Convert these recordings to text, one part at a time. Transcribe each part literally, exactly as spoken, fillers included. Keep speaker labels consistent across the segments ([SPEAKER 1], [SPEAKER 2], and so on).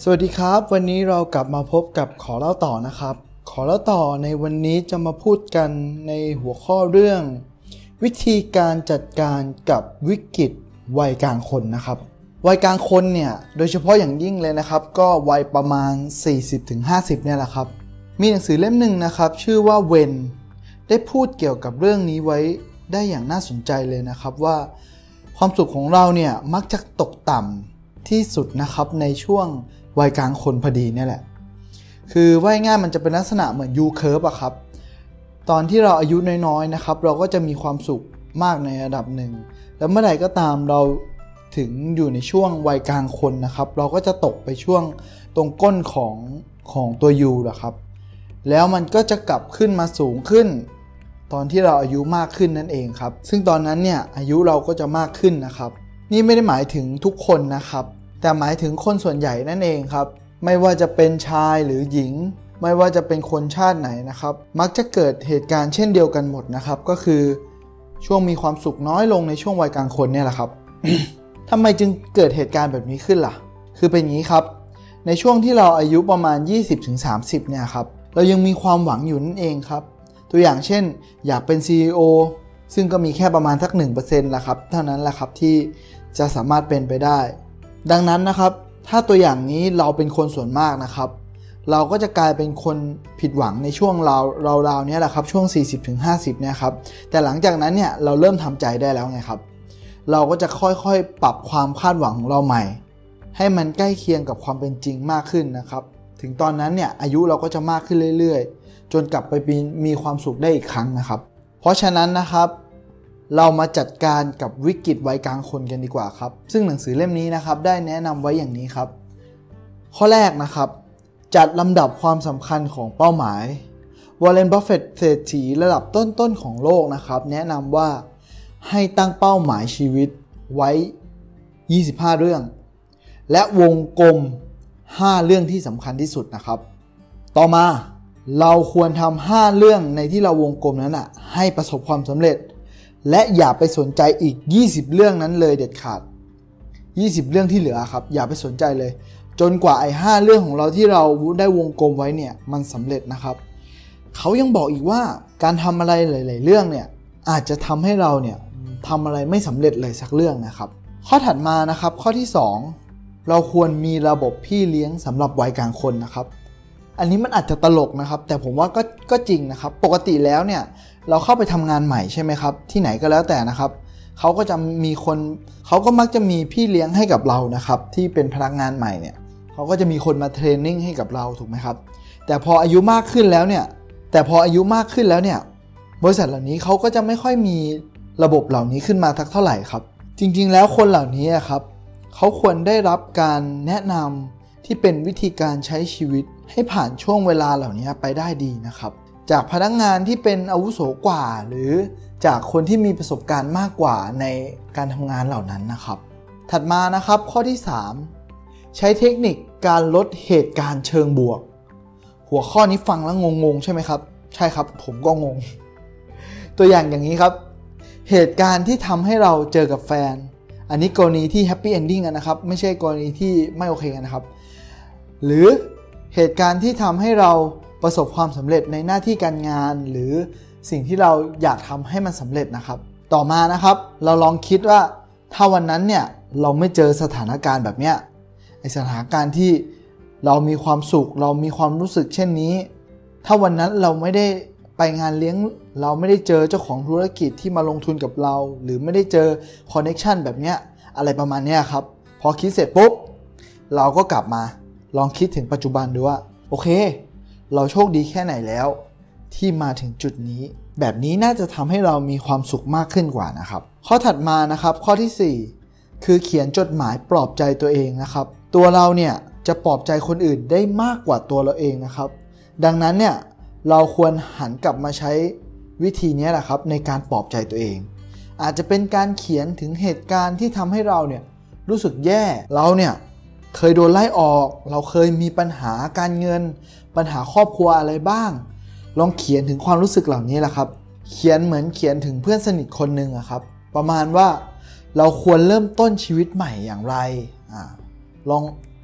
[SPEAKER 1] สวัสดีครับวันนี้เรากลับมาพบกับขอเล่าต่อนะครับขอเล่าต่อในวันนี้จะมาพูดกันในหัวข้อเรื่องวิธีการจัดการกับวิกฤตวัยกลางคนนะครับวัยกลางคนเนี่ยโดยเฉพาะอย่างยิ่งเลยนะครับก็วัยประมาณ สี่สิบถึงห้าสิบ เนี่ยแหละครับมีหนังสือเล่มหนึ่งนะครับชื่อว่าเวนได้พูดเกี่ยวกับเรื่องนี้ไว้ได้อย่างน่าสนใจเลยนะครับว่าความสุขของเราเนี่ยมักจะตกต่ำที่สุดนะครับในช่วงวัยกลางคนพอดีเนี่ยแหละคือว่าง่ายมันจะเป็นลักษณะเหมือน U curve อะครับตอนที่เราอายุน้อยๆนะครับเราก็จะมีความสุขมากในระดับหนึ่งแล้วเมื่อไหร่ก็ตามเราถึงอยู่ในช่วงวัยกลางคนนะครับเราก็จะตกไปช่วงตรงก้นของของตัว U นะครับแล้วมันก็จะกลับขึ้นมาสูงขึ้นตอนที่เราอายุมากขึ้นนั่นเองครับซึ่งตอนนั้นเนี่ยอายุเราก็จะมากขึ้นนะครับนี่ไม่ได้หมายถึงทุกคนนะครับแต่หมายถึงคนส่วนใหญ่นั่นเองครับไม่ว่าจะเป็นชายหรือหญิงไม่ว่าจะเป็นคนชาติไหนนะครับมักจะเกิดเหตุการณ์เช่นเดียวกันหมดนะครับก็คือช่วงมีความสุขน้อยลงในช่วงวัยกลางคนเนี่ยแหละครับ ทำไมจึงเกิดเหตุการณ์แบบนี้ขึ้นล่ะคือเป็นอย่างนี้ครับในช่วงที่เราอายุประมาณ ยี่สิบถึงสามสิบ เนี่ยครับเรายังมีความหวังอยู่นั่นเองครับตัวอย่างเช่นอยากเป็น ซี อี โอ ซึ่งก็มีแค่ประมาณสัก หนึ่งเปอร์เซ็นต์ ละครับเท่านั้นแหละครับที่จะสามารถเป็นไปได้ดังนั้นนะครับถ้าตัวอย่างนี้เราเป็นคนส่วนมากนะครับเราก็จะกลายเป็นคนผิดหวังในช่วงเราราวๆนี้แหละครับช่วง สี่สิบถึงห้าสิบ เนี่ยครับแต่หลังจากนั้นเนี่ยเราเริ่มทำใจได้แล้วไงครับเราก็จะค่อยๆปรับความคาดหวังของเราใหม่ให้มันใกล้เคียงกับความเป็นจริงมากขึ้นนะครับถึงตอนนั้นเนี่ยอายุเราก็จะมากขึ้นเรื่อยๆจนกลับไปมีความสุขได้อีกครั้งนะครับเพราะฉะนั้นนะครับเรามาจัดการกับวิกฤตวัยกลางคนกันดีกว่าครับซึ่งหนังสือเล่มนี้นะครับได้แนะนำไว้อย่างนี้ครับข้อแรกนะครับจัดลำดับความสำคัญของเป้าหมายวอร์เรน บัฟเฟตต์เศรษฐีระดับต้นๆของโลกนะครับแนะนำว่าให้ตั้งเป้าหมายชีวิตไว้ยี่สิบห้าเรื่องและวงกลมห้าเรื่องที่สำคัญที่สุดนะครับต่อมาเราควรทำห้าเรื่องในที่เราวงกลมนั้นอ่ะให้ประสบความสำเร็จและอย่าไปสนใจอีกยี่สิบเรื่องนั้นเลยเด็ดขาดยี่สิบเรื่องที่เหลือครับอย่าไปสนใจเลยจนกว่าไอ้ห้าเรื่องของเราที่เราได้วงกลมไว้เนี่ยมันสำเร็จนะครับเขายังบอกอีกว่าการทำอะไรหลายๆเรื่องเนี่ยอาจจะทำให้เราเนี่ยทำอะไรไม่สำเร็จเลยสักเรื่องนะครับข้อถัดมานะครับข้อที่สองเราควรมีระบบพี่เลี้ยงสำหรับวัยกลางคนนะครับอันนี้มันอาจจะตลกนะครับแต่ผมว่าก็ก็จริงนะครับปกติแล้วเนี่ยเราเข้าไปทำงานใหม่ใช่ไหมครับที่ไหนก็แล้วแต่นะครับเขาก็จะมีคนเขาก็มักจะมีพี่เลี้ยงให้กับเรานะครับที่เป็นพนักงานใหม่เนี่ยเขาก็จะมีคนมาเทรนนิ่งให้กับเราถูกไหมครับแต่พออายุมากขึ้นแล้วเนี่ยแต่พออายุมากขึ้นแล้วเนี่ยบริษัทเหล่านี้เขาก็จะไม่ค่อยมีระบบเหล่านี้ขึ้นมาทักเท่าไหร่ครับจริงๆแล้วคนเหล่านี้ครับเขาควรได้รับการแนะนำที่เป็นวิธีการใช้ชีวิตให้ผ่านช่วงเวลาเหล่านี้ไปได้ดีนะครับจากพนักงานที่เป็นอาวุโสกว่าหรือจากคนที่มีประสบการณ์มากกว่าในการทำงานเหล่านั้นนะครับถัดมานะครับข้อที่สามใช้เทคนิคการลดเหตุการณ์เชิงบวกหัวข้อนี้ฟังแล้วงงๆใช่ไหมครับใช่ครับผมก็งงตัวอย่างอย่างนี้ครับเหตุการณ์ที่ทำให้เราเจอกับแฟนอันนี้กรณีที่แฮปปี้เอนดิ้งกันนะครับไม่ใช่กรณีที่ไม่โอเคกันนะครับหรือเหตุการณ์ที่ทำให้เราประสบความสำเร็จในหน้าที่การงานหรือสิ่งที่เราอยากทำให้มันสำเร็จนะครับต่อมานะครับเราลองคิดว่าถ้าวันนั้นเนี่ยเราไม่เจอสถานการณ์แบบเนี้ยไอสถานการณ์ที่เรามีความสุขเรามีความรู้สึกเช่นนี้ถ้าวันนั้นเราไม่ได้ไปงานเลี้ยงเราไม่ได้เจอเจ้าของธุรกิจที่มาลงทุนกับเราหรือไม่ได้เจอคอนเนคชั่นแบบเนี้ยอะไรประมาณเนี้ยครับพอคิดเสร็จปุ๊บเราก็กลับมาลองคิดถึงปัจจุบันดูว่าโอเคเราโชคดีแค่ไหนแล้วที่มาถึงจุดนี้แบบนี้น่าจะทำให้เรามีความสุขมากขึ้นกว่านะครับข้อถัดมานะครับข้อที่สี่คือเขียนจดหมายปลอบใจตัวเองนะครับตัวเราเนี่ยจะปลอบใจคนอื่นได้มากกว่าตัวเราเองนะครับดังนั้นเนี่ยเราควรหันกลับมาใช้วิธีนี้แหละครับในการปลอบใจตัวเองอาจจะเป็นการเขียนถึงเหตุการณ์ที่ทำให้เราเนี่ยรู้สึกแย่เราเนี่ยเคยโดนไล่ออกเราเคยมีปัญหาการเงินปัญหาครอบครัวอะไรบ้างลองเขียนถึงความรู้สึกเหล่านี้แหละครับเขียนเหมือนเขียนถึงเพื่อนสนิทคนหนึ่งอะครับประมาณว่าเราควรเริ่มต้นชีวิตใหม่อย่างไรอ่าลอง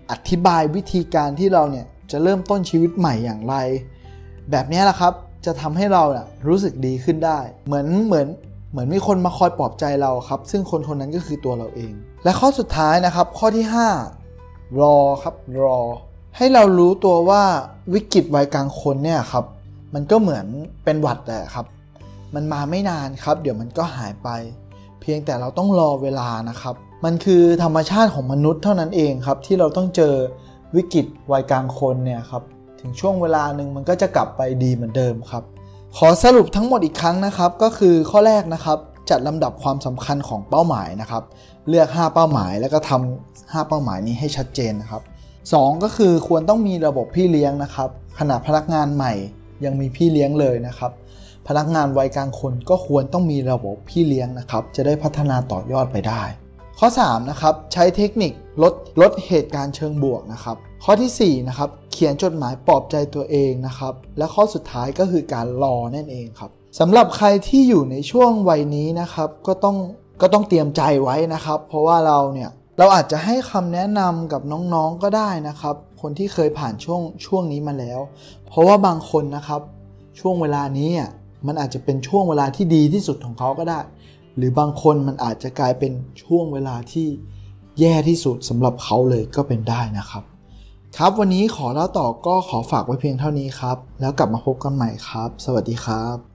[SPEAKER 1] อธิบายวิธีการที่เราเนี่ยจะเริ่มต้นชีวิตใหม่อย่างไรแบบนี้แหละครับจะทำให้เราน่ะรู้สึกดีขึ้นได้เหมือนเหมือนเหมือนมีคนมาคอยปลอบใจเราครับซึ่งคนคนนั้นก็คือตัวเราเองและข้อสุดท้ายนะครับข้อที่ห้ารอครับรอให้เรารู้ตัวว่าวิกฤตวัยกลางคนเนี่ยครับมันก็เหมือนเป็นหวัดแหละครับมันมาไม่นานครับเดี๋ยวมันก็หายไปเพียงแต่เราต้องรอเวลานะครับมันคือธรรมชาติของมนุษย์เท่านั้นเองครับที่เราต้องเจอวิกฤตวัยกลางคนเนี่ยครับถึงช่วงเวลาหนึ่งมันก็จะกลับไปดีเหมือนเดิมครับขอสรุปทั้งหมดอีกครั้งนะครับก็คือข้อแรกนะครับจัดลำดับความสำคัญของเป้าหมายนะครับเลือกห้าเป้าหมายแล้วก็ทำห้าเป้าหมายนี้ให้ชัดเจนนะครับสองก็คือควรต้องมีระบบพี่เลี้ยงนะครับขณะพนักงานใหม่ยังมีพี่เลี้ยงเลยนะครับพนักงานวัยกลางคนก็ควรต้องมีระบบพี่เลี้ยงนะครับจะได้พัฒนาต่อยอดไปได้ข้อสามนะครับใช้เทคนิคลดลดเหตุการณ์เชิงบวกนะครับข้อที่สี่นะครับเขียนจดหมายปลอบใจตัวเองนะครับและข้อสุดท้ายก็คือการรอนั่นเองครับสำหรับใครที่อยู่ในช่วงวัยนี้นะครับก็ต้องก็ต้องเตรียมใจไว้นะครับเพราะว่าเราเนี่ยเราอาจจะให้คำแนะนำกับน้องๆก็ได้นะครับคนที่เคยผ่านช่วงช่วงนี้มาแล้วเพราะว่าบางคนนะครับช่วงเวลานี้อ่ะมันอาจจะเป็นช่วงเวลาที่ดีที่สุดของเขาก็ได้หรือบางคนมันอาจจะกลายเป็นช่วงเวลาที่แย่ที่สุดสำหรับเขาเลยก็เป็นได้นะครับครับวันนี้ขอเล่าต่อก็ขอฝากไว้เพียงเท่านี้ครับแล้วกลับมาพบกันใหม่ครับสวัสดีครับ